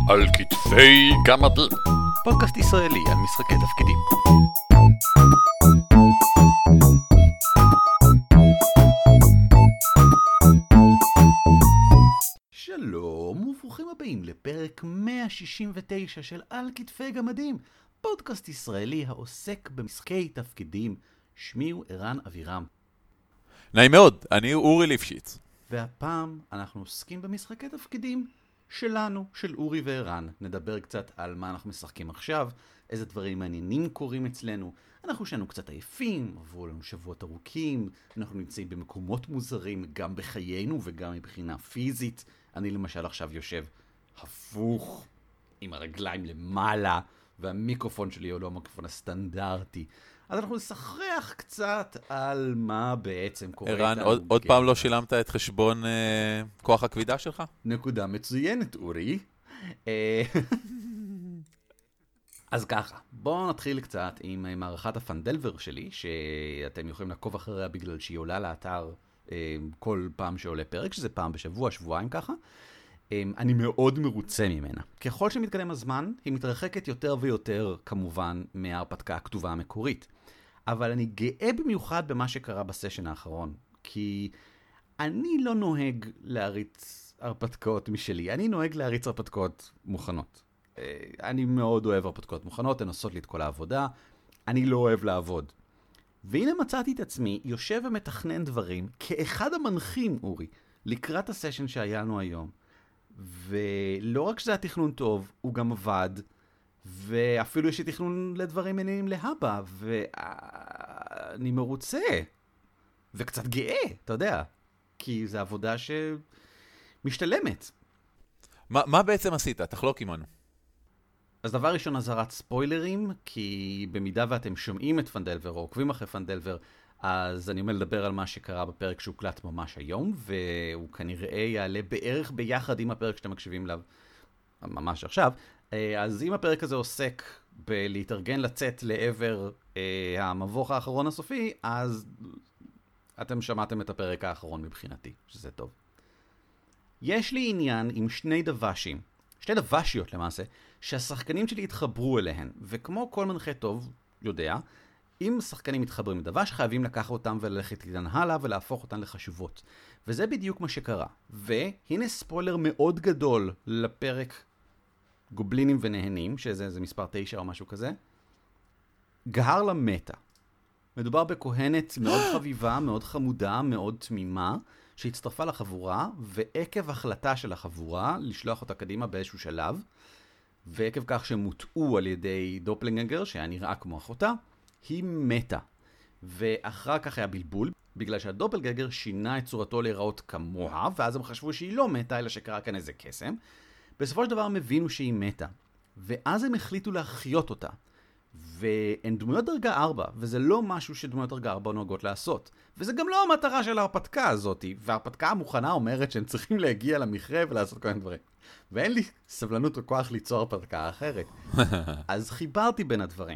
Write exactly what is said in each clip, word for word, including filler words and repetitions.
על כתפי גמדים. פודקאסט ישראלי על משחקי תפקידים. שלום וברוכים הבאים לפרק מאה שישים ותשע של על כתפי גמדים, פודקאסט ישראלי העוסק במשחקי תפקידים. שמי הוא ערן אבירם. נעים מאוד, אני אורי ליפשיץ. והפעם אנחנו עוסקים במשחקי תפקידים שלנו, של אורי וערן. נדבר קצת על מה אנחנו משחקים עכשיו, איזה דברים מעניינים קורים אצלנו. אנחנו שלנו קצת עייפים, עברו לנו שבועות ארוכים, אנחנו נמצאים במקומות מוזרים גם בחיינו וגם מבחינה פיזית. אני למשל עכשיו יושב הפוך, עם הרגליים למעלה, והמיקרופון שלי הוא לא המיקרופון הסטנדרטי. אז אנחנו נשחרח קצת על מה בעצם קורה. ערן, עוד, עוד פעם לא שילמת את חשבון אה, כוח הכבידה שלך? נקודה מצוינת, אורי. אה, אז ככה, בואו נתחיל קצת עם מערכת הפנדלבר שלי, שאתם יכולים לעקוב אחריה בגלל שהיא עולה לאתר אה, כל פעם שעולה פרק, שזה פעם בשבוע, שבועיים ככה. אה, אני מאוד מרוצה ממנה. ככל שמתקדם הזמן, היא מתרחקת יותר ויותר, כמובן, מההרפתקה הכתובה המקורית. אבל אני גאה במיוחד במה שקרה בסשן האחרון, כי אני לא נוהג להריץ הרפתקאות משלי, אני נוהג להריץ הרפתקאות מוכנות. אני מאוד אוהב הרפתקאות מוכנות, הן עושות לי את כל העבודה, אני לא אוהב לעבוד. והנה מצאתי את עצמי יושב ומתכנן דברים כאחד המנחים, אורי, לקראת הסשן שהיה לנו היום. ולא רק שזה התכנון טוב, הוא גם עבד, ואפילו יש לי תכנון לדברים מעניינים להבא, ואני מרוצה, וקצת גאה, אתה יודע, כי זו עבודה שמשתלמת. מה, מה בעצם עשית? תחלוק עמנו. אז דבר ראשון, אזהרת ספוילרים, כי במידה ואתם שומעים את פנדלבר או עוקבים אחרי פנדלבר, אז אני אומר לדבר על מה שקרה בפרק שהוקלט ממש היום, והוא כנראה יעלה בערך ביחד עם הפרק שאתם מקשיבים אליו ממש עכשיו. אז אם הפרק הזה עוסק בלהתארגן לצאת לעבר אה, המבוך האחרון הסופי, אז אתם שמעתם את הפרק האחרון מבחינתי, שזה טוב. יש לי עניין עם שני דוושים, שתי דוושיות למעשה, שהשחקנים שלי התחברו אליהן, וכמו כל מנחה טוב יודע, אם שחקנים מתחברים לדווש, חייבים לקחת אותם וללכת איתן הלאה ולהפוך אותן לחשובות. וזה בדיוק מה שקרה. והנה ספוילר מאוד גדול לפרק גובלינים ונהנים, שזה זה מספר תשע או משהו כזה. גהר למטה. מדובר בכהנת מאוד חביבה, מאוד חמודה, מאוד תמימה, שהצטרפה לחבורה, ועקב החלטה של החבורה לשלוח אותה קדימה באיזשהו שלב, ועקב כך שמוטעו על ידי דופלנגנגר, שהיה נראה כמו אחותה, היא מתה. ואחר כך היה בלבול, בגלל שהדופלגנגר שינה את צורתו להיראות כמוה, ואז הם חשבו שהיא לא מתה, אלא שקרה כאן איזה קסם. בסופו של דבר הם הבינו שהיא מתה, ואז הם החליטו להחיות אותה. והן דמויות דרגה ארבע, וזה לא משהו שדמויות דרגה ארבע נוהגות לעשות. וזה גם לא המטרה של ההרפתקה הזאת, וההרפתקה המוכנה אומרת שהם צריכים להגיע למכרה ולעשות כל מיני דברים. ואין לי סבלנות או כוח ליצור הרפתקה אחרת. אז חיברתי בין הדברים,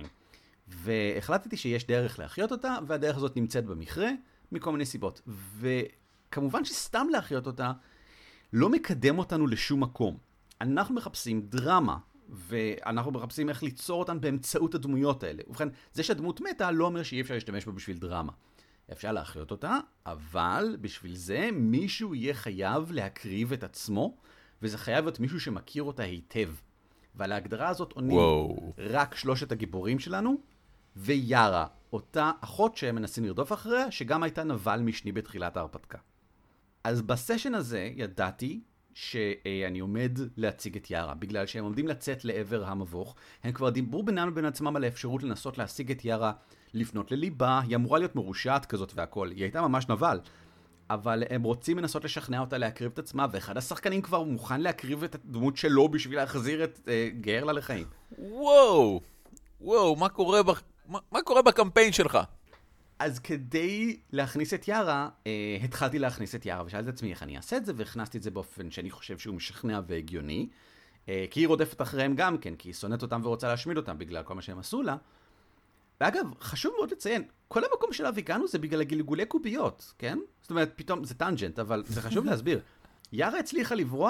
והחלטתי שיש דרך להחיות אותה, והדרך הזאת נמצאת במכרה, מכל מיני סיבות. וכמובן שסתם להחיות אותה, לא מקדם אותנו לשום מקום. אנחנו מחפשים דרמה, ואנחנו מחפשים איך ליצור אותן באמצעות הדמויות האלה. ובכן, זה שהדמות מתה לא אומר שאי אפשר להשתמש בה בשביל דרמה. אפשר להחיות אותה, אבל בשביל זה מישהו יהיה חייב להקריב את עצמו, וזה חייב להיות מישהו שמכיר אותה היטב. ועל ההגדרה הזאת עונים וואו. רק שלושת הגיבורים שלנו, ויארה, אותה אחות שהם מנסים לרדוף אחריה, שגם הייתה נבל משני בתחילת ההרפתקה. אז בסשן הזה ידעתי שאני עומד להציג את יארה, בגלל שהם עומדים לצאת לעבר המבוך. הם כבר דיברו בינם ובין עצמם על האפשרות לנסות להשיג את יארה, לפנות לליבה, היא אמורה להיות מרושעת כזאת והכל, היא הייתה ממש נבל. אבל הם רוצים לנסות לשכנע אותה להקריב את עצמה, ואחד השחקנים כבר מוכן להקריב את הדמות שלו בשביל להחזיר את אה, גארלה לחיים. וואו, וואו, מה קורה, ב... מה, מה קורה בקמפיין שלך? אז כדי להכניס את יארה, אה, התחלתי להכניס את יארה, ושאלתי את עצמי איך אני אעשה את זה, והכנסתי את זה באופן שאני חושב שהוא משכנע והגיוני, אה, כי היא רודפת אחריהם גם כן, כי היא שונאת אותם ורוצה להשמיד אותם בגלל כל מה שהם עשו לה. ואגב, חשוב מאוד לציין, כל המקום שלו הגענו זה בגלל הגלגולי קוביות, כן? זאת אומרת, פתאום זה טנג'נט, אבל זה חשוב להסביר. יארה הצליחה לברוח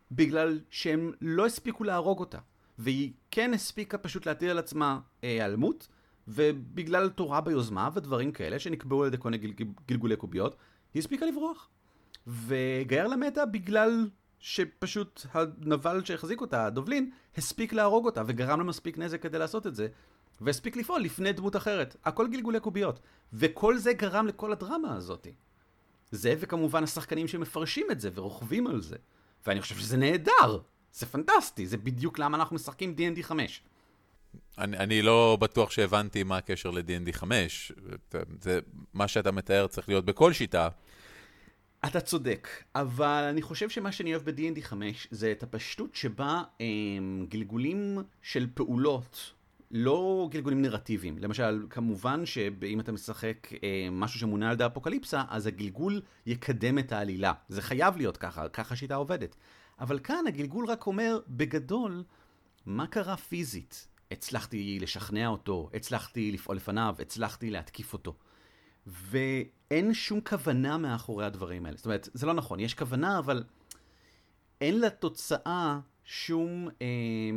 בגלל שהם לא הספיקו להרוג אותה. והיא כן הספיקה פשוט להטיל על עצמה היעלמות, ובגלל תורה ביוזמה ודברים כאלה שנקבעו על ידי כל מיני גלגולי קוביות, היא הספיקה לברוח. וגיירלה מתה בגלל שפשוט הנבל שהחזיק אותה, הדובלין, הספיק להרוג אותה וגרם לה מספיק נזק כדי לעשות את זה, והספיק לפעול לפני דמות אחרת. הכל גלגולי קוביות. וכל זה גרם לכל הדרמה הזאת. זה וכמובן השחקנים שמפרשים את זה ורוכבים על זה. ואני חושב שזה נהדר. זה פנטסטי. זה בדיוק למה אנחנו משחקים די אנד די חמש. אני, אני לא בטוח שהבנתי מה הקשר ל-די אנד די חמש. זה, מה שאתה מתאר צריך להיות בכל שיטה. אתה צודק, אבל אני חושב שמה שאני אוהב ב-די אנד די חמש זה את הפשטות שבה הם, גלגולים של פעולות, לא גלגולים נרטיביים. למשל, כמובן שאם אתה משחק אה, משהו שמונה על ידי אפוקליפסה, אז הגלגול יקדם את העלילה. זה חייב להיות ככה, ככה שיטה עובדת. אבל כאן הגלגול רק אומר, בגדול, מה קרה פיזית? הצלחתי לשכנע אותו, הצלחתי לפעול לפניו, הצלחתי להתקיף אותו. ואין שום כוונה מאחורי הדברים האלה. זאת אומרת, זה לא נכון, יש כוונה, אבל אין לתוצאה שום אה,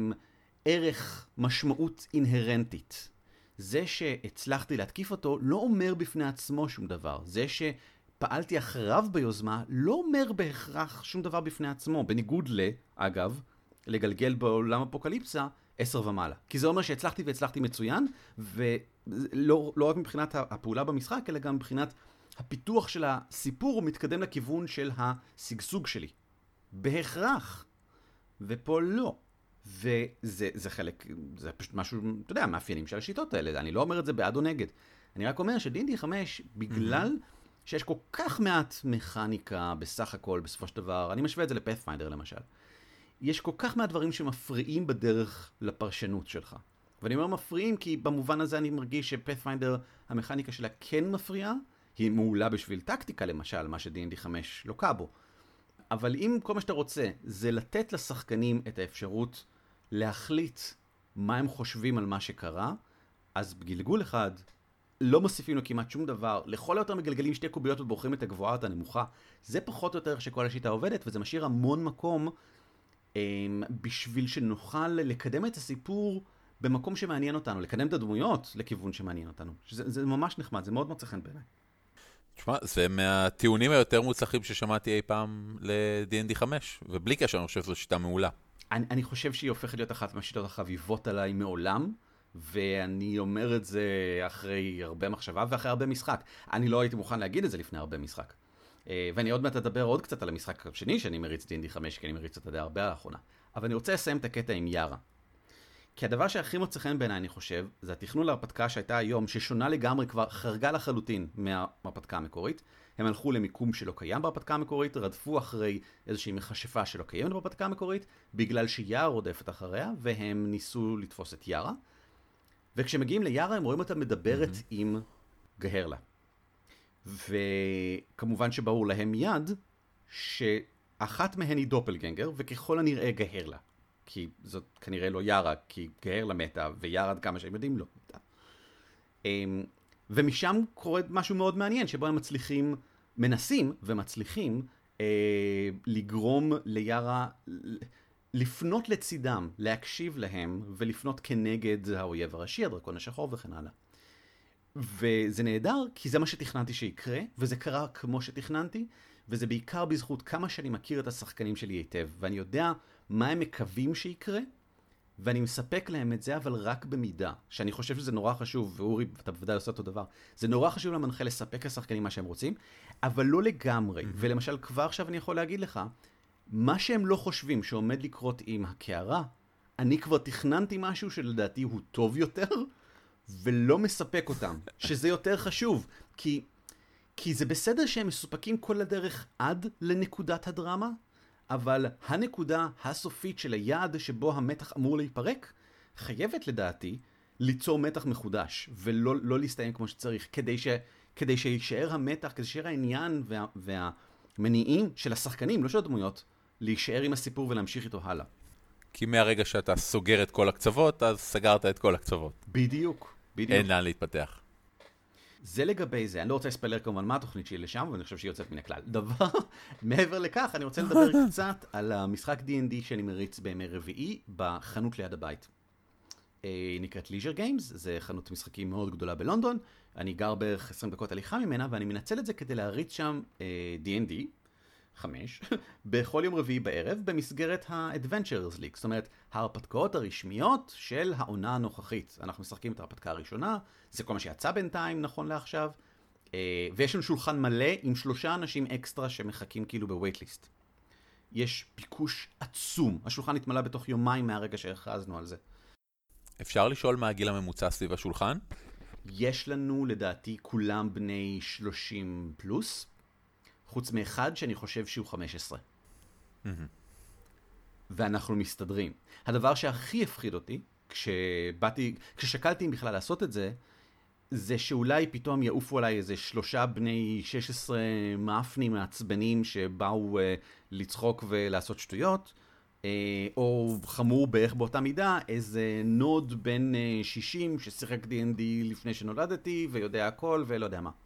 ערך, משמעות אינהרנטית. זה שהצלחתי להתקיף אותו לא אומר בפני עצמו שום דבר. זה שפעלתי אחריו ביוזמה לא אומר בהכרח שום דבר בפני עצמו. בניגוד ל, אגב, לגלגל בעולם אפוקליפסה, עשר ומעלה. כי זה אומר שהצלחתי והצלחתי מצוין, ולא לא רק מבחינת הפעולה במשחק, אלא גם מבחינת הפיתוח של הסיפור, הוא מתקדם לכיוון של הסגסוג שלי. בהכרח. ופה לא. וזה זה חלק, זה פשוט משהו, אתה יודע, מאפיינים של השיטות האלה. אני לא אומר את זה בעד או נגד. אני רק אומר ש-די אנד די חמש, בגלל שיש כל כך מעט מכניקה בסך הכל, בסופו של דבר, אני משווה את זה לפאת'פיינדר למשל. יש כל כך מהדברים שמפריעים בדרך לפרשנות שלך. ואני אומר מפריעים כי במובן הזה אני מרגיש שפאת'פיינדר, המכניקה שלה כן מפריעה, היא מעולה בשביל טקטיקה למשל, מה ש-די אנד די חמש לוקה בו. אבל אם כל מה שאתה רוצה זה לתת לשחקנים את האפשרות להחליט מה הם חושבים על מה שקרה, אז בגלגול אחד לא מוסיפים לו כמעט שום דבר, לכל היותר מגלגלים שתי קוביות ובוחרים את הגבוהה את הנמוכה, זה פחות או יותר שכל השיטה עובדת, וזה משאיר המון מקום בשביל שנוכל לקדם את הסיפור במקום שמעניין אותנו, לקדם את הדמויות לכיוון שמעניין אותנו. שזה, זה ממש נחמד, זה מאוד מוצא חן בעיניי. תשמע, זה מהטיעונים היותר מוצלחים ששמעתי אי פעם ל-די אנד די חמש, ובלי קשר אני חושב שזו שיטה מעולה. אני, אני חושב שהיא הופכת להיות אחת מהשיטות החביבות עליי מעולם, ואני אומר את זה אחרי הרבה מחשבה ואחרי הרבה משחק. אני לא הייתי מוכן להגיד את זה לפני הרבה משחק. ואני עוד מעט אדבר עוד קצת על המשחק השני שאני מריץ די אנד די חמש, כי אני מריץ אותה די הרבה האחרונה. אבל אני רוצה לסיים את הקטע עם יארה. כי הדבר שהכי מוצא חן בעיניי, אני חושב, זה התכנון להרפתקה שהייתה היום, ששונה לגמרי כבר, חרגה לחלוטין מההרפתקה המקורית. הם הלכו למיקום שלא קיים בהרפתקה המקורית, רדפו אחרי איזושהי מכשפה שלא קיימת בהרפתקה המקורית, בגלל שיארה רודפת אחריה, והם ניסו לתפוס את יארה. וכשמגיעים ליארה, הם רואים אותה מדברת mm-hmm. עם גהרלה. וכמובן שברור להם מיד שאחת מהן היא דופלגנגר, וככל הנראה גהרלה. כי זאת כנראה לא יארה, כי גהרלה מתה, ויארה עד כמה שהם יודעים לא מתה. ומשם קורה משהו מאוד מעניין, שבו הם מצליחים, מנסים ומצליחים אה, לגרום ליארה לפנות לצידם, להקשיב להם, ולפנות כנגד האויב הראשי, הדרקון השחור וכן הלאה. וזה נהדר, כי זה מה שתכננתי שיקרה, וזה קרה כמו שתכננתי, וזה בעיקר בזכות כמה שאני מכיר את השחקנים שלי היטב, ואני יודע מה הם מקווים שיקרה, ואני מספק להם את זה, אבל רק במידה, שאני חושב שזה נורא חשוב, ואורי, אתה בוודאי עושה אותו דבר, זה נורא חשוב למנחה לספק לשחקנים מה שהם רוצים, אבל לא לגמרי. Mm-hmm. ולמשל, כבר עכשיו אני יכול להגיד לך, מה שהם לא חושבים שעומד לקרות עם הקערה, אני כבר תכננתי משהו שלדעתי הוא טוב יותר, ולא מספק אותם, שזה יותר חשוב, כי, כי זה בסדר שהם מסופקים כל הדרך עד לנקודת הדרמה, אבל הנקודה הסופית של היעד שבו המתח אמור להיפרק, חייבת לדעתי ליצור מתח מחודש, ולא לא להסתיים כמו שצריך, כדי, ש, כדי שישאר המתח, כדי שישאר העניין וה, והמניעים של השחקנים, לא של הדמויות, להישאר עם הסיפור ולהמשיך איתו הלאה. כי מהרגע שאתה סוגר את כל הקצוות, אז סגרת את כל הקצוות. בדיוק. בדיוק. אין לאן להתפתח. זה לגבי זה, אני לא רוצה לספלר כמובן מה התוכנית שלי לשם, ואני חושב שהיא יוצאת מן הכלל. דבר, מעבר לכך, אני רוצה לדבר קצת על המשחק די אנד די שאני מריץ בימי רביעי בחנות ליד הבית. היא נקראת ליז'ר גיימס, זה חנות משחקים מאוד גדולה בלונדון, אני גר בערך עשרים דקות הליכה ממנה, ואני מנצל את זה כדי להריץ שם די אנד די חמש, בכל יום רביעי בערב, במסגרת ה-Adventures League, זאת אומרת, ההרפתקאות הרשמיות של העונה הנוכחית. אנחנו משחקים את ההרפתקה הראשונה, זה כל מה שיצא בינתיים, נכון לעכשיו, ויש לנו שולחן מלא עם שלושה אנשים אקסטרה שמחכים כאילו בווייטליסט. יש ביקוש עצום, השולחן התמלא בתוך יומיים מהרגע שהכרזנו על זה. אפשר לשאול מה הגיל הממוצע סביב השולחן? יש לנו לדעתי כולם בני שלושים פלוס, חוץ מאחד שאני חושב שהוא חמש עשרה. Mm-hmm. ואנחנו מסתדרים. הדבר שהכי הפחיד אותי, כשבאתי, כששקלתי אם בכלל לעשות את זה, זה שאולי פתאום יעופו עליי איזה שלושה בני שש עשרה מאפנים מעצבנים שבאו uh, לצחוק ולעשות שטויות, uh, או חמור בערך באותה מידה, איזה נוד בן uh, שישים ששיחק די אנד די לפני שנולדתי ויודע הכל ולא יודע מה.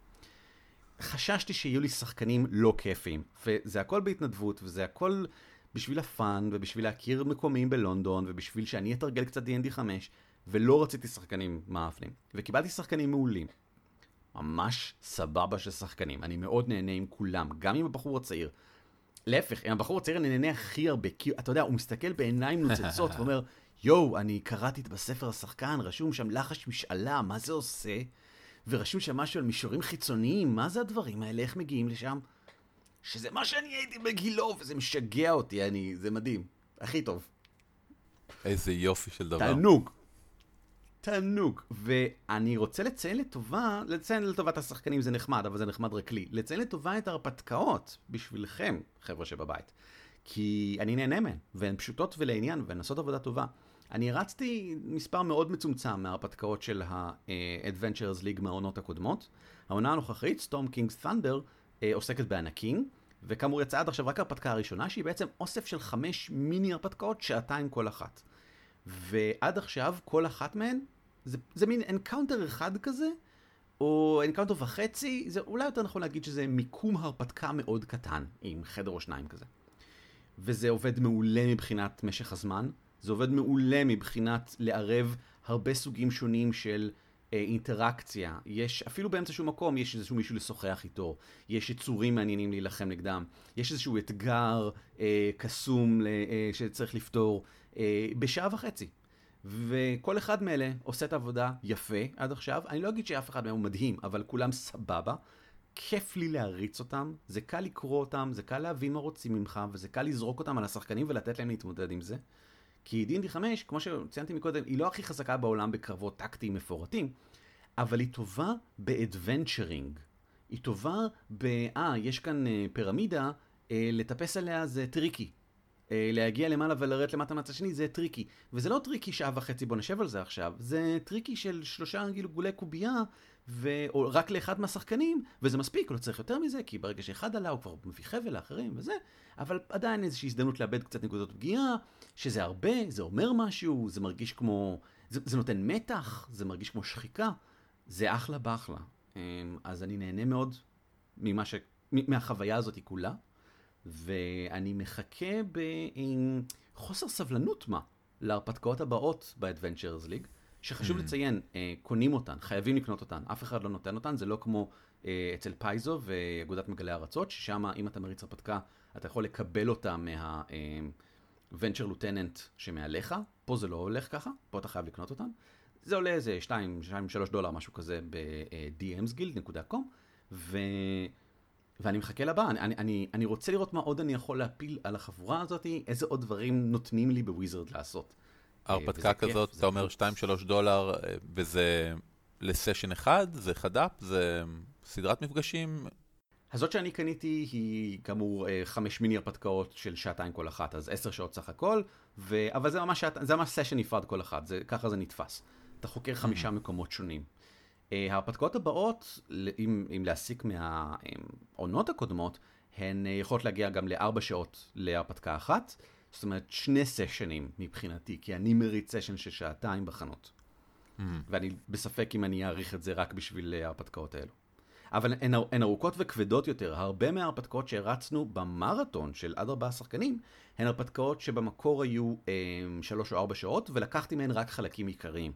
חששתי שיהיו לי שחקנים לא כיפיים, וזה הכל בהתנדבות, וזה הכל בשביל הפאן, ובשביל להכיר מקומיים בלונדון, ובשביל שאני אתרגל קצת די אנד די חמש, ולא רציתי שחקנים מאפנים. וקיבלתי שחקנים מעולים. ממש סבבה של שחקנים. אני מאוד נהנה עם כולם, גם עם הבחור הצעיר. להפך, עם הבחור הצעיר אני נהנה הכי הרבה, כי אתה יודע, הוא מסתכל בעיניים נוצצות, ואומר, יואו, אני קראתי בספר השחקן, רשום שם לחש משאלה, מה זה עושה? ורשום שם משהו על מישורים חיצוניים, מה זה הדברים האלה, איך מגיעים לשם? שזה מה שאני הייתי בגילו, וזה משגע אותי, אני, זה מדהים, הכי טוב. איזה יופי של דבר. תענוג, תענוג, ואני רוצה לציין לטובה, לציין לטובת השחקנים זה נחמד, אבל זה נחמד רק לי, לציין לטובה את ההרפתקאות בשבילכם, חבר'ה שבבית, כי אני נהנה מהן, והן פשוטות ולעניין, והן עושות עבודה טובה. אני הרצתי מספר מאוד מצומצם מההרפתקאות של ה-Adventures League מהעונות הקודמות. העונה הנוכחית, Storm King's Thunder, עוסקת בענקים, וכאמור יצאה עד עכשיו רק ההרפתקה הראשונה, שהיא בעצם אוסף של חמש מיני הרפתקאות, שעתיים כל אחת. ועד עכשיו כל אחת מהן, זה, זה מין אנקאונטר אחד כזה, או אנקאונטר וחצי, זה אולי יותר נכון להגיד שזה מיקום הרפתקה מאוד קטן, עם חדר או שניים כזה. וזה עובד מעולה מבחינת משך הזמן, זה עובד מעולה מבחינת לערב הרבה סוגים שונים של אה, אינטראקציה. יש, אפילו באמצע שהוא מקום, יש איזשהו מישהו לשוחח איתו. יש יצורים מעניינים להילחם נגדם. יש איזשהו אתגר אה, קסום אה, שצריך לפתור אה, בשעה וחצי. וכל אחד מאלה עושה את העבודה יפה עד עכשיו. אני לא אגיד שאף אחד מהם הוא מדהים, אבל כולם סבבה. כיף לי להריץ אותם, זה קל לקרוא אותם, זה קל להבין מה רוצים ממך, וזה קל לזרוק אותם על השחקנים ולתת להם להתמודד עם זה. כי די אנד די חמש, כמו שציינתי מקודם, היא לא הכי חזקה בעולם בקרבות טקטיים מפורטים, אבל היא טובה באדוונצ'רינג. היא טובה ב... אה, יש כאן אה, פירמידה, אה, לטפס עליה זה טריקי. אה, להגיע למעלה ולרדת למטה מהצד השני זה טריקי. וזה לא טריקי שעה וחצי, בוא נשב על זה עכשיו. זה טריקי של שלושה גלגולי קובייה, ו... או רק לאחד מהשחקנים, וזה מספיק, לא צריך יותר מזה, כי ברגע שאחד עלה הוא כבר מביא חבל לאחרים וזה, אבל עדיין איזושהי הזדמנות לאבד קצת נקודות פגיעה, שזה הרבה, זה אומר משהו, זה מרגיש כמו, זה, זה נותן מתח, זה מרגיש כמו שחיקה, זה אחלה באחלה. אז אני נהנה מאוד ממה ש... מהחוויה הזאת כולה, ואני מחכה בחוסר סבלנות מה, להרפתקאות הבאות ב-Adventures League, שחשוב לציין, קונים אותן, חייבים לקנות אותן, אף אחד לא נותן אותן, זה לא כמו אצל פייזו ואגודת מגלי הארצות, ששם אם אתה מריץ הרפתקה, אתה יכול לקבל אותה מה-Venture Lieutenant שמעליך, פה זה לא הולך ככה, פה אתה חייב לקנות אותן, זה עולה איזה שתיים שלוש דולר, משהו כזה ב-די אמס גילד דוט קום, ו... ואני מחכה לבא, אני, אני, אני, אני רוצה לראות מה עוד אני יכול להפיל על החבורה הזאת, איזה עוד דברים נותנים לי בוויזרד לעשות. הרפתקה כזאת, אתה אומר שתיים שלוש דולר, וזה לסשן אחד, זה חד"פ, זה סדרת מפגשים. הזאת שאני קניתי היא כאמור חמש מיני הרפתקאות של שעתיים כל אחת, אז עשר שעות סך הכל, ו... אבל זה ממש, זה ממש סשן נפרד כל אחת, זה, ככה זה נתפס. אתה חוקר חמישה מקומות שונים. ההרפתקאות הבאות, אם, אם להסיק מהעונות הקודמות, הן יכולות להגיע גם לארבע שעות להרפתקה אחת, זאת אומרת, שני סשנים מבחינתי, כי אני מריץ סשן של שעתיים בחנות. ואני בספק אם אני אעריך את זה רק בשביל ההרפתקאות האלו. אבל הן, הן ארוכות וכבדות יותר. הרבה מההרפתקאות שהרצנו במרתון של עד ארבעה שחקנים, הן הרפתקאות שבמקור היו אה, שלוש או ארבע שעות, ולקחתי מהן רק חלקים עיקריים.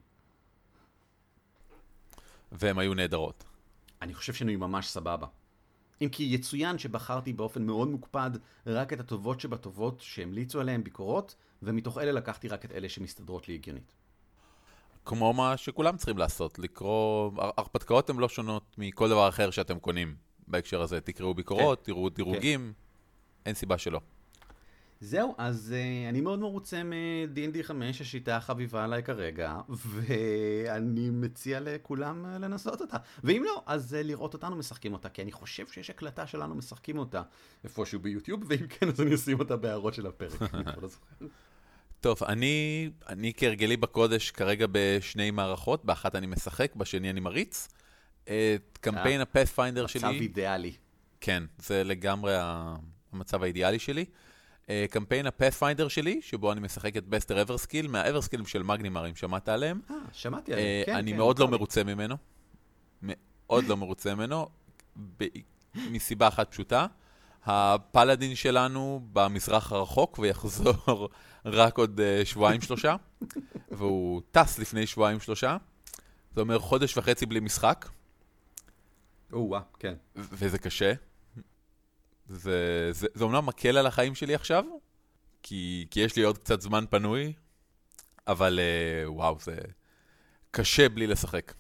והן היו נהדרות. אני חושב שהן היו ממש סבבה. אם כי יצוין שבחרתי באופן מאוד מוקפד רק את הטובות שבטובות שהמליצו עליהן ביקורות, ומתוך אלה לקחתי רק את אלה שמסתדרות לי הגיונית. כמו מה שכולם צריכים לעשות, לקרוא, הרפתקאות הן לא שונות מכל דבר אחר שאתם קונים בהקשר הזה. תקראו ביקורות, כן. תראו דירוגים, כן. אין סיבה שלא. זהו, אז uh, אני מאוד מרוצה מ-די אנד די חמש, השיטה החביבה עליי כרגע, ואני מציע לכולם uh, לנסות אותה. ואם לא, אז uh, לראות אותנו משחקים אותה, כי אני חושב שיש הקלטה שלנו משחקים אותה איפשהו ביוטיוב, ואם כן, אז אני אשים אותה בהערות של הפרק. טוב, אני, אני כהרגלי בקודש כרגע בשני מערכות, באחת אני משחק, בשני אני מריץ. את קמפיין הפאת'פיינדר שלי... מצב אידיאלי. כן, זה לגמרי המצב האידיאלי שלי. קמפיין הפאת'פיינדר שלי, שבו אני משחק את בסטר אברסקיל, מהאברסקילים של מגנימר, אם שמעת עליהם. אה, שמעתי עליהם, כן, אני כן. מאוד לא מרוצה ממנו. מאוד לא מרוצה ממנו, מסיבה אחת פשוטה. הפלאדין שלנו במזרח הרחוק, ויחזור רק עוד שבועיים שלושה, והוא טס לפני שבועיים שלושה. זה אומר חודש וחצי בלי משחק. או-אה, כן. וזה קשה. זה, זה, זה אומנם מקל על החיים שלי עכשיו, כי, כי יש לי עוד קצת זמן פנוי, אבל וואו, זה קשה בלי לשחק.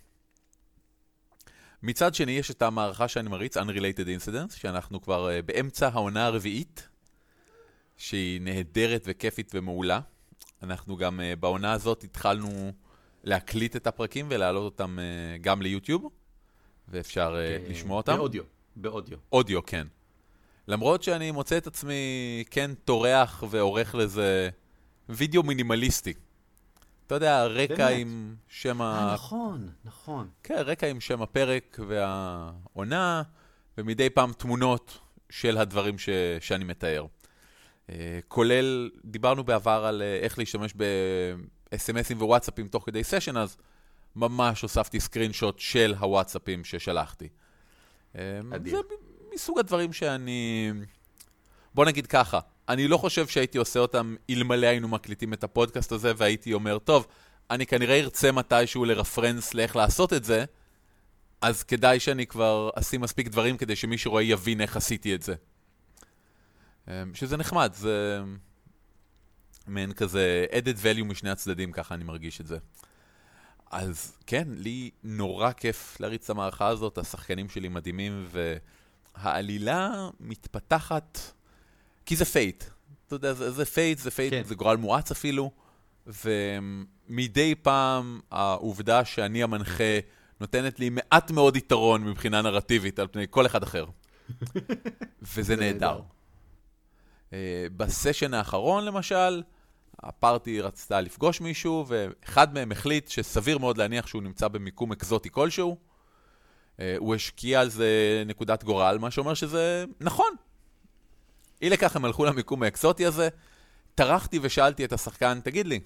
מצד שני, יש את המערכה שאני מריץ, Unrelated Incidents, שאנחנו כבר באמצע העונה הרביעית, שהיא נהדרת וכיפית ומעולה. אנחנו גם בעונה הזאת התחלנו להקליט את הפרקים ולהעלות אותם גם ליוטיוב, ואפשר לשמוע אותם. באודיו, באודיו. אודיו, כן. למרות שאני מוצא את עצמי כן תורח ועורך לזה וידאו מינימליסטי. אתה יודע, רקע עם שם ה... נכון, נכון. כן, רקע עם שם הפרק והעונה, ומדי פעם תמונות של הדברים ש... שאני מתאר. כולל, דיברנו בעבר על איך להשתמש ב-אס אם אסים ווואטסאפים תוך כדי סשן, אז ממש הוספתי סקרינשוט של הוואטסאפים ששלחתי. אדיר. זה מסוג הדברים שאני... בוא נגיד ככה, אני לא חושב שהייתי עושה אותם אלמלא היינו מקליטים את הפודקאסט הזה, והייתי אומר, טוב, אני כנראה ארצה מתישהו לרפרנס לאיך לעשות את זה, אז כדאי שאני כבר אשים מספיק דברים כדי שמי שרואה יבין איך עשיתי את זה. שזה נחמד, זה מעין כזה added value משני הצדדים, ככה אני מרגיש את זה. אז כן, לי נורא כיף להריץ את המערכה הזאת, השחקנים שלי מדהימים, והעלילה מתפתחת, כי זה פייט. אתה יודע, זה, זה פייט, זה פייט, כן. זה גורל מואץ אפילו, ומדי פעם העובדה שאני המנחה נותנת לי מעט מאוד יתרון מבחינה נרטיבית על פני כל אחד אחר. וזה נהדר. Uh, בסשן האחרון למשל, הפארטי רצתה לפגוש מישהו, ואחד מהם החליט שסביר מאוד להניח שהוא נמצא במיקום אקזוטי כלשהו. Uh, הוא השקיע על זה נקודת גורל, מה שאומר שזה נכון. אי לכך הם הלכו למיקום האקזוטי הזה, טרחתי ושאלתי את השחקן, תגיד לי,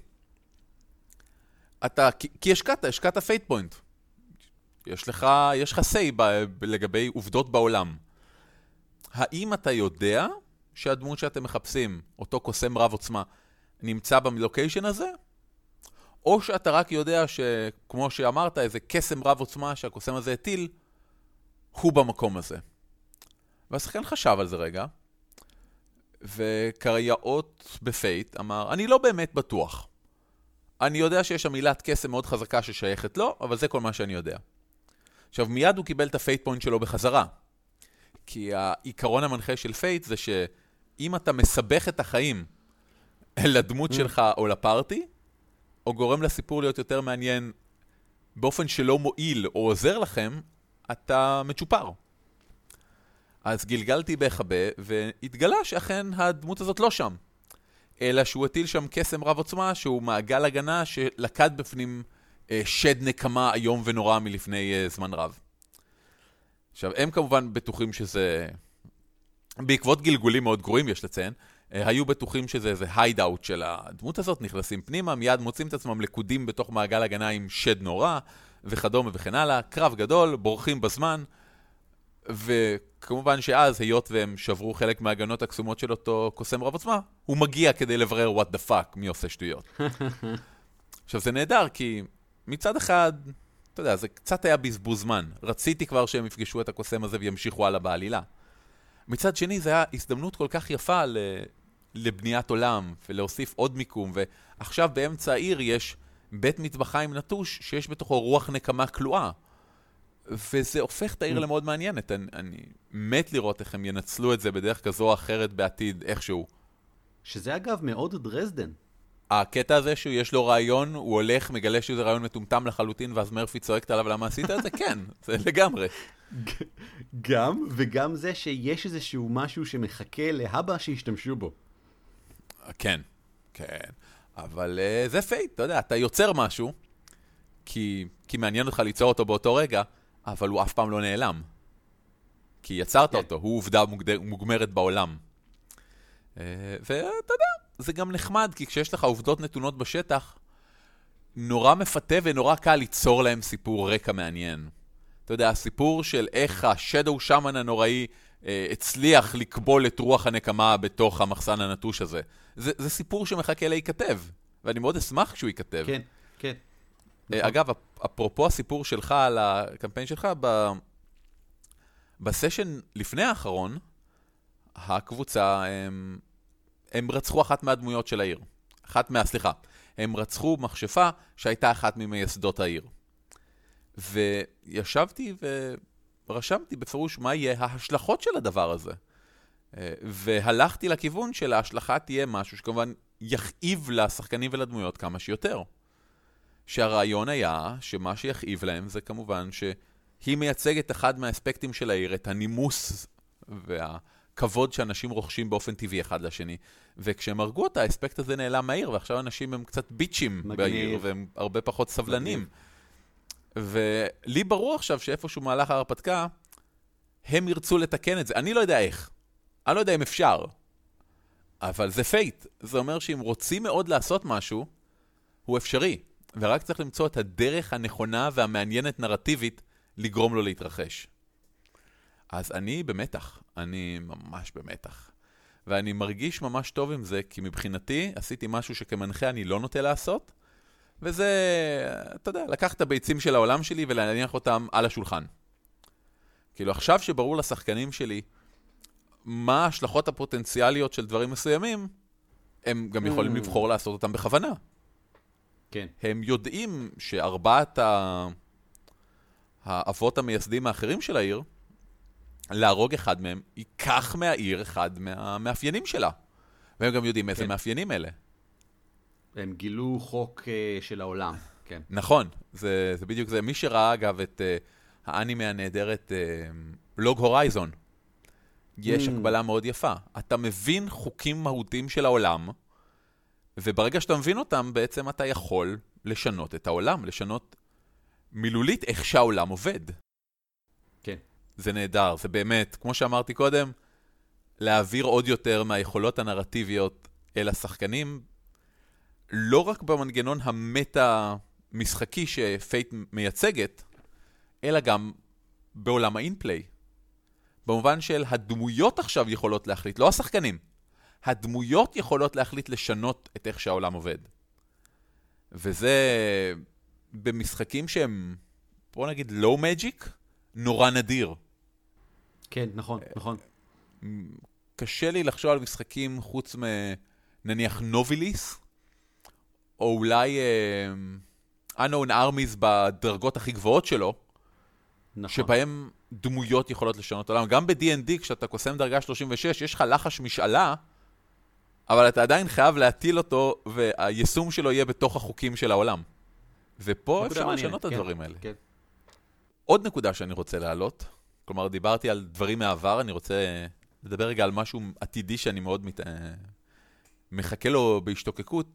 אתה, כי, כי השקעת, השקעת פייט פוינט. יש לך, יש לך say ב, לגבי עובדות בעולם. האם אתה יודע שהדמות שאתם מחפשים, אותו קוסם רב עוצמה, נמצא בלוקיישן הזה? או שאתה רק יודע שכמו שאמרת, איזה קסם רב עוצמה שהקוסם הזה הטיל, הוא במקום הזה. והשחקן חשב על זה רגע, וקרייאות בפייט אמר, אני לא באמת בטוח. אני יודע שיש שם מילת קסם מאוד חזקה ששייכת לו, אבל זה כל מה שאני יודע. עכשיו, מיד הוא קיבל את הפייט פוינט שלו בחזרה. כי העיקרון המנחה של פייט זה שאם אתה מסבך את החיים לדמות שלך או לפארטי, או גורם לסיפור להיות יותר מעניין באופן שלא מועיל או עוזר לכם, אתה מצ'ופר. אז גלגלתי בהחבא, והתגלה שאכן הדמות הזאת לא שם. אלא שהוא הטיל שם קסם רב עוצמה, שהוא מעגל הגנה שלקד בפנים אה, שד נקמה היום ונורא מלפני אה, זמן רב. עכשיו, הם כמובן בטוחים שזה... בעקבות גלגולים מאוד גרועים, יש לציין, היו בטוחים שזה איזה הייד-אוט של הדמות הזאת, נכנסים פנימה, מיד מוצאים את עצמם לקודים בתוך מעגל הגנה עם שד נורא, וכדומה וכן הלאה, קרב גדול, בורחים בזמן, וכמובן שאז, היות והם שברו חלק מההגנות הקסומות של אותו קוסם רב עוצמה, הוא מגיע כדי לברר what the fuck, מי עושה שטויות. עכשיו זה נהדר, כי מצד אחד, אתה יודע, זה קצת היה בזבוז זמן. רציתי כבר שהם יפגשו את הקוסם הזה וימשיכו הלאה בעלילה. מצד שני, זה היה הזדמנות כל כך יפה ל... לבניית עולם, ולהוסיף עוד מיקום, ועכשיו באמצע העיר יש בית מטבחיים נטוש, שיש בתוכו רוח נקמה כלואה. וזה הופך את העיר למאוד מעניינת. אני, אני מת לראות איך הם ינצלו את זה בדרך כזו או אחרת בעתיד, איכשהו. שזה אגב מאוד דרזדן. הקטע הזה שיש לו רעיון, הוא הולך, מגלה שזה רעיון מטומטם לחלוטין, ואז מרפי צועקת עליו למה עשית את זה? כן, זה לגמרי. גם, וגם זה שיש איזשהו משהו שמחכה להבא שישתמשו בו. כן, כן. אבל uh, זה פייט, אתה יודע, אתה יוצר משהו, כי, כי מעניין אותך ליצור אותו באותו רגע, אבל הוא אף פעם לא נעלם. כי יצרת כן. אותו, הוא עובדה מוגדר, מוגמרת בעולם. Uh, ואתה יודע, זה גם נחמד, כי כשיש לך עובדות נתונות בשטח, נורא מפתה ונורא קל ליצור להם סיפור רקע מעניין. אתה יודע, הסיפור של איך השדו שמן הנוראי אה, הצליח לקבול את רוח הנקמה בתוך המחסן הנטוש הזה. זה, זה סיפור שמחכה להיכתב, ואני מאוד אשמח כשהוא ייכתב. כן, כן. אה, אגב, אפרופו הסיפור שלך על הקמפיין שלך, ב... בסשן לפני האחרון, הקבוצה, הם, הם רצחו אחת מהדמויות של העיר. אחת מה, סליחה, הם רצחו מכשפה שהייתה אחת ממייסדות העיר. וישבתי ורשמתי בפירוש מה יהיה ההשלכות של הדבר הזה. והלכתי לכיוון של ההשלכה תהיה משהו שכמובן יכאיב לשחקנים ולדמויות כמה שיותר. שהרעיון היה שמה שיכאיב להם זה כמובן שהיא מייצגת אחד מהאספקטים של העיר, את הנימוס והכבוד שאנשים רוכשים באופן טבעי אחד לשני. וכשהם הרגו אותה, האספקט הזה נעלם מהעיר, ועכשיו אנשים הם קצת ביצ'ים מגניב. בעיר, והם הרבה פחות סבלנים. מגניב. ולי ברור עכשיו שאיפשהו מהלך ההרפתקה, הם ירצו לתקן את זה. אני לא יודע איך. אני לא יודע אם אפשר. אבל זה פייט. זה אומר שאם רוצים מאוד לעשות משהו, הוא אפשרי. ורק צריך למצוא את הדרך הנכונה והמעניינת נרטיבית לגרום לו להתרחש. אז אני במתח. אני ממש במתח. ואני מרגיש ממש טוב עם זה, כי מבחינתי עשיתי משהו שכמנחה אני לא נוטה לעשות, וזה, אתה יודע, לקח את הביצים של העולם שלי ולהניח אותם על השולחן. כאילו עכשיו שברור לשחקנים שלי מה ההשלכות הפוטנציאליות של דברים מסוימים, הם גם יכולים לבחור לעשות אותם בכוונה. כן. הם יודעים שארבעת ה... האבות המייסדים האחרים של העיר, להרוג אחד מהם, ייקח מהעיר אחד מהמאפיינים שלה. והם גם יודעים איזה כן. מאפיינים אלה. הם גילו חוק uh, של העולם, כן. נכון, זה, זה בדיוק זה. מי שראה אגב את uh, האנימה הנהדרת לוג uh, הורייזון, יש mm. הקבלה מאוד יפה. אתה מבין חוקים מהותיים של העולם, וברגע שאתה מבין אותם, בעצם אתה יכול לשנות את העולם, לשנות מילולית איך שהעולם עובד. כן. זה נהדר, זה באמת, כמו שאמרתי קודם, להעביר עוד יותר מהיכולות הנרטיביות אל השחקנים, לא רק במנגנון המטה-משחקי שפייט מייצגת, אלא גם בעולם האינפליי. במובן של הדמויות עכשיו יכולות להחליט, לא השחקנים. הדמויות יכולות להחליט לשנות את איך שהעולם עובד. וזה במשחקים שהם, בוא נגיד, לואו מג'יק, נורא נדיר. כן, נכון, נכון. קשה לי לחשוב על משחקים חוץ מנניח נוביליס, או אולי uh, Unknown Armies בדרגות הכי גבוהות שלו, נכון. שבהם דמויות יכולות לשנות עולם. גם ב-די אנד די, כשאתה קוסם דרגה שלושים ושש, יש לך לחש משאלה, אבל אתה עדיין חייב להטיל אותו, והיישום שלו יהיה בתוך החוקים של העולם. ופה אפשר מעניין, לשנות כן, את הדברים האלה. כן. עוד נקודה שאני רוצה להעלות, כלומר, דיברתי על דברים מעבר, אני רוצה לדבר רגע על משהו עתידי שאני מאוד מת... מחכה לו בהשתוקקות.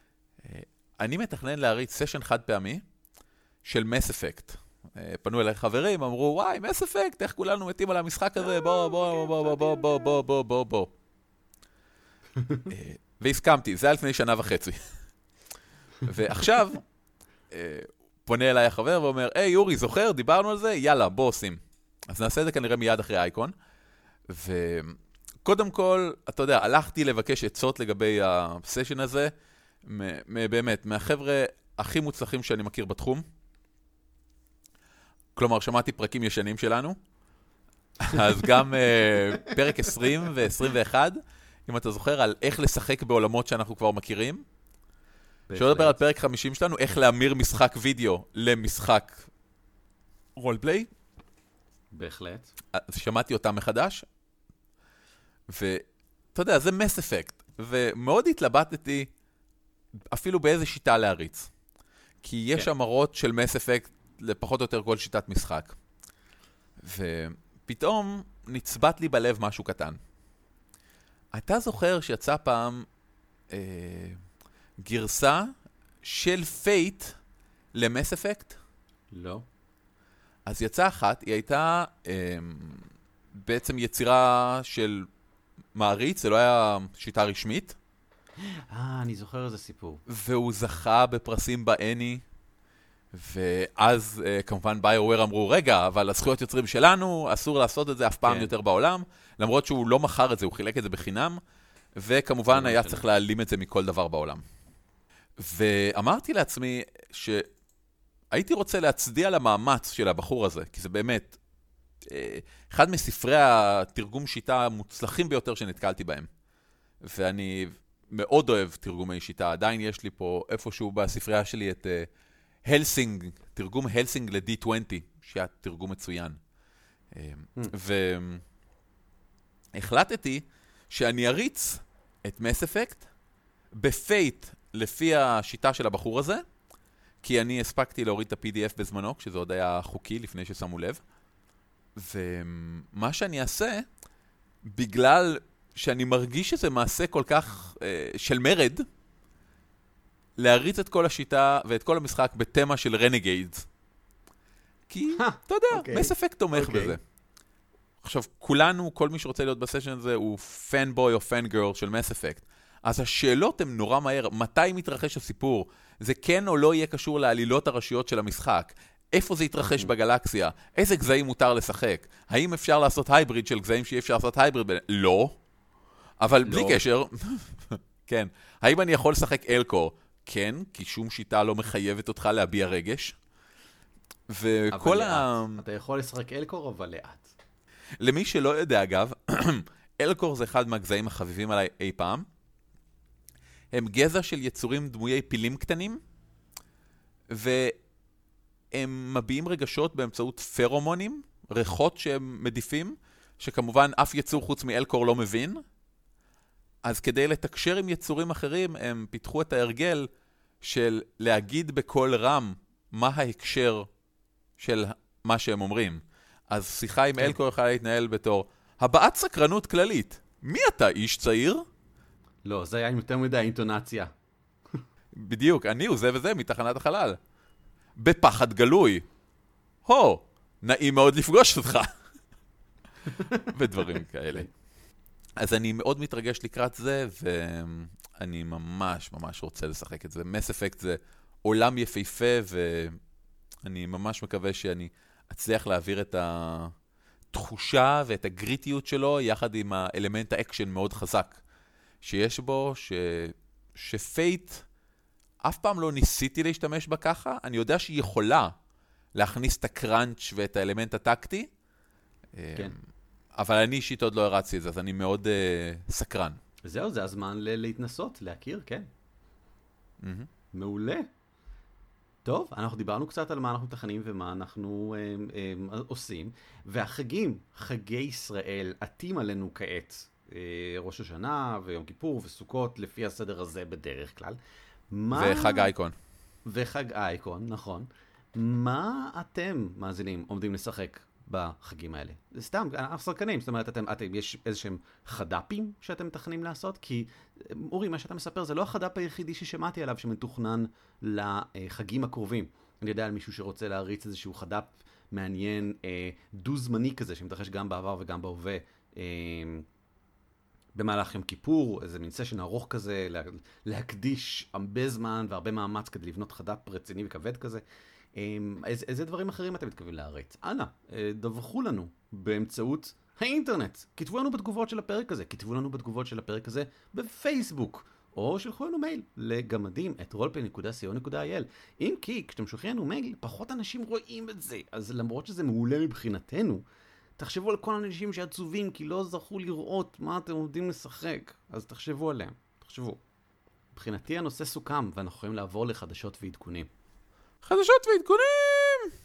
אני מתכנן להריץ סשן חד פעמי של Mass Effect. פנו אליי חברים, אמרו, וואי, Mass Effect, איך כולנו מתים על המשחק הזה? בוא, בוא, בוא, בוא, בוא, בוא, בוא, בוא, בוא, בוא. והסכמתי, זה היה לפני שנה וחצי. ועכשיו, פונה אליי החבר ואומר, היי יורי, זוכר? דיברנו על זה? יאללה, בוא עושים. אז נעשה את זה כנראה מיד אחרי אייקון. וקודם כל, אתה יודע, הלכתי לבקש עצות לגבי הסשן הזה, באמת, מהחבר'ה הכי מוצלחים שאני מכיר בתחום. כלומר, שמעתי פרקים ישנים שלנו. אז גם uh, פרק עשרים ו-עשרים ואחת, אם אתה זוכר, על איך לשחק בעולמות שאנחנו כבר מכירים. אפשר לדבר על פרק חמישים שלנו, איך להמיר משחק וידאו למשחק רולפליי. בהחלט. אז שמעתי אותם מחדש. ואתה יודע, זה מס אפקט. ומאוד התלבטתי אפילו באיזה שיטה להריץ. כי יש אמרות של מס אפקט לפחות או יותר כל שיטת משחק. ופתאום נצבט לי בלב משהו קטן. אתה זוכר שיצא פעם אה, גרסה של פייט למס אפקט? לא. אז יצאה אחת, היא הייתה אה, בעצם יצירה של מעריץ, זה לא היה שיטה רשמית. אה, אני זוכר איזה סיפור. והוא זכה בפרסים באני, ואז uh, כמובן ביואר אמרו, רגע, אבל הזכויות יוצרים שלנו, אסור לעשות את זה אף פעם כן. יותר בעולם, למרות שהוא לא מכר את זה, הוא חילק את זה בחינם, וכמובן היה צריך להעלים את זה מכל דבר בעולם. ואמרתי לעצמי שהייתי רוצה להצדיע למאמץ של הבחור הזה, כי זה באמת uh, אחד מספרי התרגום שיטה המוצלחים ביותר שנתקלתי בהם. ואני מאוד אוהב תרגומי שיטה, עדיין יש לי פה איפשהו בספרייה שלי את... Uh, הלסינג, תרגום הלסינג ל-די עשרים, שהיה תרגום מצוין. והחלטתי שאני אריץ את מס אפקט בפייט לפי השיטה של הבחור הזה, כי אני הספקתי להוריד את ה-פי די אף בזמנו, כשזה עוד היה חוקי לפני ששמו לב. ומה שאני אעשה, בגלל שאני מרגיש שזה מעשה כל כך של מרד, להריץ את כל השיטה ואת כל המשחק בתמה של רנגיידס. כי, אתה יודע, מס אפקט תומך בזה. עכשיו, כולנו, כל מי שרוצה להיות בסשן הזה, הוא פן-בוי או פן-גרל של מס אפקט. אז השאלות הן נורא מהר. מתי מתרחש הסיפור? זה כן או לא יהיה קשור לעלילות הראשיות של המשחק? איפה זה יתרחש בגלקסיה? איזה גזעים מותר לשחק? האם אפשר לעשות הייבריד של גזעים שאי אפשר לעשות הייבריד? לא. אבל בלי קשר, כן. האם אני יכול לשחק אלקור? כן, כי שום שיטה לא מחייבת אותך להביע רגש. וכל ה... אתה יכול לשחק אלקור, אבל לאט. למי שלא יודע, אגב, אלקור זה אחד מהגזעים החביבים עליי אי פעם. הם גזע של יצורים דמויי פילים קטנים, והם מביעים רגשות באמצעות פרומונים, ריחות שהם מדיפים, שכמובן אף יצור חוץ מאלקור לא מבין. אז כדי לתקשר עם יצורים אחרים, הם פיתחו את ההרגל של להגיד בקול רם מה ההקשר של מה שהם אומרים. אז שיחה עם אלקור יכולה להתנהל בתור, הבעת סקרנות כללית. מי אתה, איש צעיר? לא, זה היה יותר מדי אינטונציה. בדיוק, אני הוא זה וזה מתחנת החלל. בפחד גלוי. הו, נעים מאוד לפגוש אותך. ודברים כאלה. אז אני מאוד מתרגש לקראת זה, ואני ממש ממש רוצה לשחק את זה. מס אפקט זה עולם יפהפה, ואני ממש מקווה שאני אצליח להעביר את התחושה ואת הגריטיות שלו, יחד עם האלמנט האקשן מאוד חזק שיש בו, ש... שפייט, אף פעם לא ניסיתי להשתמש בה ככה, אני יודע שהיא יכולה להכניס את הקראנץ' ואת האלמנט הטקטי, כן. אבל אני אישית עוד לא הרצתי את זה, אז אני מאוד uh, סקרן. וזהו, זה הזמן ל- להתנסות, להכיר, כן. Mm-hmm. מעולה. טוב, אנחנו דיברנו קצת על מה אנחנו מתכננים ומה אנחנו אה, אה, עושים, והחגים, חגי ישראל, עתים עלינו כעת, אה, ראש השנה ויום כיפור וסוכות, לפי הסדר הזה בדרך כלל. מה... וחג אייקון. וחג אייקון, נכון. מה אתם, מאזינים, עומדים לשחק בחגים האלה? זה סתם, אנחנו שחקנים, זאת אומרת, אתם, אתם, יש איזשהם חדפים שאתם מתכננים לעשות? כי, אורי, מה שאתה מספר, זה לא החדפ היחידי ששמעתי עליו שמתוכנן לחגים הקרובים. אני יודע על מישהו שרוצה להריץ איזשהו חדפ מעניין, אה, דו-זמני כזה, שמתרחש גם בעבר וגם בהווה, אה, במהלך יום כיפור, איזה מין סשן ארוך כזה, לה, להקדיש הרבה זמן והרבה מאמץ כדי לבנות חד"פ רציני וכבד כזה. איזה, איזה דברים אחרים אתם מתכוונים להראות? אנא, דווחו לנו באמצעות האינטרנט. כתבו לנו בתגובות של הפרק הזה, כתבו לנו בתגובות של הפרק הזה בפייסבוק, או שלחו לנו מייל לגמדים את רולפליי נקודה סי או נקודה איי אל. אם כי כשאתם שולחים לנו מייל, פחות אנשים רואים את זה, אז למרות שזה מעולה מבחינתנו, תחשבו על כל האנשים שעצובים כי לא זכו לראות מה אתם עומדים לשחק, אז תחשבו עליהם, תחשבו. מבחינתי הנושא סוכם, ואנחנו יכולים לעבור לחדשות ועדכונים. חדשות ועדכונים!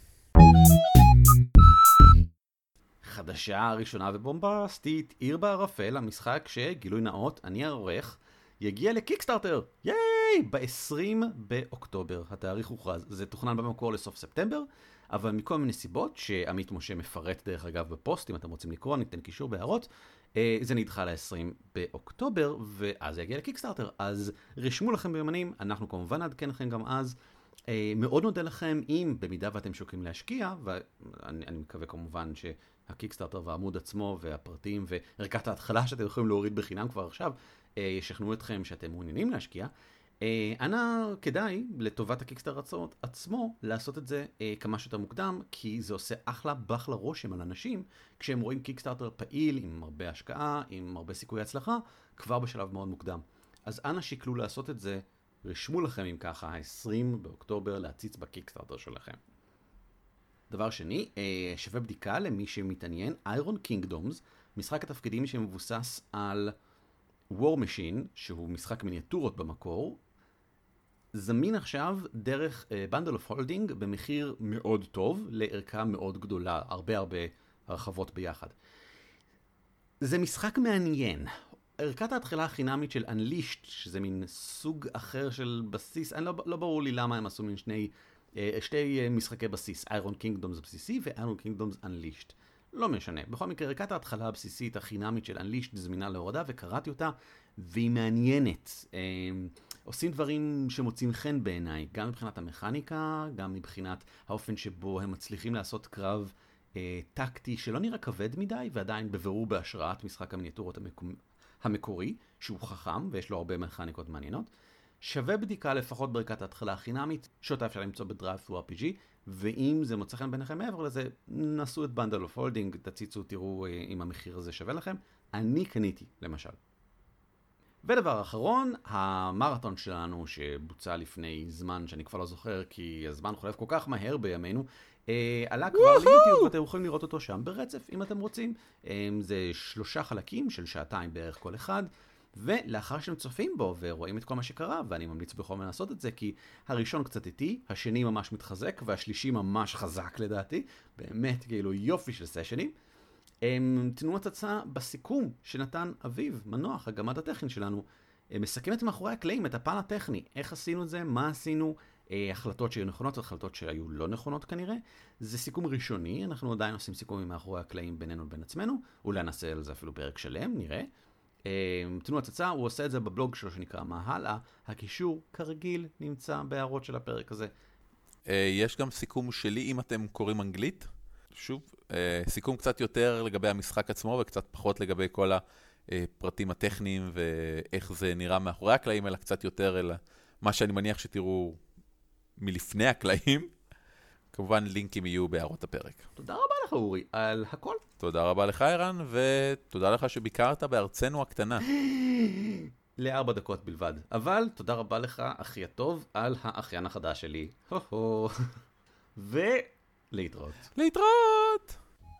חדשה ראשונה ובומבסטית, עיר בערפל, המשחק שגילוי נאות, אני העורך, יגיע לקיקסטארטר, ייי! ב-עשרים באוקטובר, התאריך הוכרז, זה תוכנן במקור לסוף ספטמבר, אבל מכל מיני סיבות, שעמית משה מפרט דרך אגב בפוסט, אם אתם רוצים לקרוא, ניתן קישור בהערות, זה נדחה ל-עשרים באוקטובר, ואז זה יגיע לקיקסטארטר, אז רשמו לכם ביומנים, אנחנו כמובן נעדכן לכם גם אז, מאוד נודה לכם אם במידה ואתם שוקלים להשקיע, ואני אני מקווה כמובן שהקיקסטארטר והעמוד עצמו והפרטים וערכת ההתחלה שאתם יכולים להוריד בחינם כבר עכשיו, ישכנעו אתכם שאתם מעוניינים להשקיע. אנא כדאי לטובת הקיקסטארטר עצמו לעשות את זה כמה שיותר מוקדם, כי זה עושה אחלה בחלה רושם על אנשים כשהם רואים קיקסטארטר פעיל עם הרבה השקעה, עם הרבה סיכוי הצלחה, כבר בשלב מאוד מוקדם. אז אנא שיקלו לעשות את זה, רשמו לכם אם ככה, ה-עשרים באוקטובר להציץ בקיקסטארטר שלכם. דבר שני, שווה בדיקה למי שמתעניין, Iron Kingdoms, משחק התפקידים שמבוסס על War Machine, שהוא משחק מיניאטורות במקור, זמין עכשיו דרך Bundle of Holding במחיר מאוד טוב, לערכה מאוד גדולה, הרבה הרבה הרחבות ביחד. זה משחק מעניין. ערכת ההתחלה החינמית של Unleashed, שזה מין סוג אחר של בסיס, אני לא, לא ברור לי למה הם עשו מין שני, שתי משחקי בסיס, Iron Kingdoms בסיסי ו-Iron Kingdoms Unleashed. לא משנה. בכל מקרה, ערכת ההתחלה הבסיסית החינמית של Unleashed זמינה להורדה, וקראתי אותה, והיא מעניינת. עושים דברים שמוצאים חן בעיניי, גם מבחינת המכניקה, גם מבחינת האופן שבו הם מצליחים לעשות קרב טקטי שלא נראה כבד מדי, ועדיין בבירור בהשראת משחק המיניאטורות המקומי. המקורי, שהוא חכם ויש לו הרבה מכניקות מעניינות. שווה בדיקה לפחות בערכת ההתחלה החינמית, שאותה אפשר למצוא בדרייב-ת'רו אר פי ג'י, ואם זה מוצא חן ביניכם מעבר לזה, נסו את Bundle of Holding, תציצו, תראו אם המחיר הזה שווה לכם. אני קניתי, למשל. ודבר אחרון, המרתון שלנו שבוצע לפני זמן שאני כבר לא זוכר, כי הזמן חולף כל כך מהר בימינו, אה, עלה כבר ליוטיוב, ואתם יכולים לראות אותו שם ברצף, אם אתם רוצים. אה, זה שלושה חלקים של שעתיים בערך כל אחד, ולאחר שאתם צופים בו ורואים את כל מה שקרה, ואני ממליץ בחום לעשות את זה, כי הראשון קצת איטי, השני ממש מתחזק, והשלישי ממש חזק לדעתי, באמת כאילו יופי של סשנים. תנו הצצה בסיכום שנתן אביב, מנוח, הגמד הטכני שלנו, מסכם את מאחורי הקלעים, את הפן הטכני, איך עשינו את זה, מה עשינו, החלטות שהיו נכונות, החלטות שהיו לא נכונות כנראה. זה סיכום ראשוני, אנחנו עדיין עושים סיכומים מאחורי הקלעים בינינו ובין עצמנו, אולי נעשה על זה אפילו פרק שלם, נראה. תנו הצצה, הוא עושה את זה בבלוג שלו שנקרא מה הלאה, הקישור כרגיל נמצא בהערות של הפרק הזה. יש גם סיכום שלי אם אתם קוראים אנגלית, שוב, סיכום קצת יותר לגבי המשחק עצמו וקצת פחות לגבי כל הפרטים הטכניים ואיך זה נראה מאחורי הקלעים, אלא קצת יותר אלא מה שאני מניח שתראו מלפני הקלעים. כמובן לינקים יהיו בהערות הפרק. תודה רבה לך אורי על הכל. תודה רבה לך ערן, ותודה לך שביקרת בארצנו הקטנה. לארבע דקות בלבד. אבל תודה רבה לך אחי הטוב על האחיין החדש שלי. הו-הו. ולהתראות. להתראות!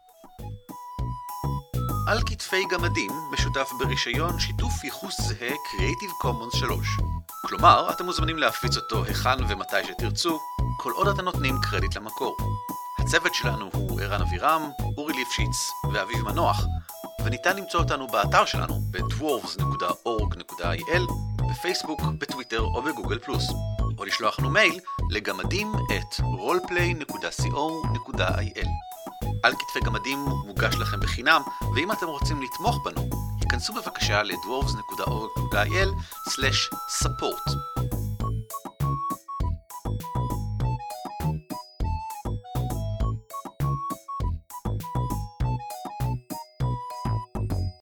על כתפי גמדים משותף ברישיון שיתוף ייחוס זהה Creative Commons שלוש. כלומר, אתם מוזמנים להפיץ אותו היכן ומתי שתרצו, כל עוד אתם נותנים קרדיט למקור. הצוות שלנו הוא ערן אבירם, אורי ליפשיץ ואביב מנוח, וניתן למצוא אותנו באתר שלנו ב-דוורבס נקודה אורג נקודה איי אל, בפייסבוק, בטוויטר או בגוגל פלוס, או לשלוח לנו מייל לגמדים את רולפליי נקודה סי או נקודה איי אל. על כתפי גמדים מוגש לכם בחינם, ואם אתם רוצים לתמוך בנו, היכנסו בבקשה ל-דוורבס נקודה אורג נקודה איי אל סלש ספורט.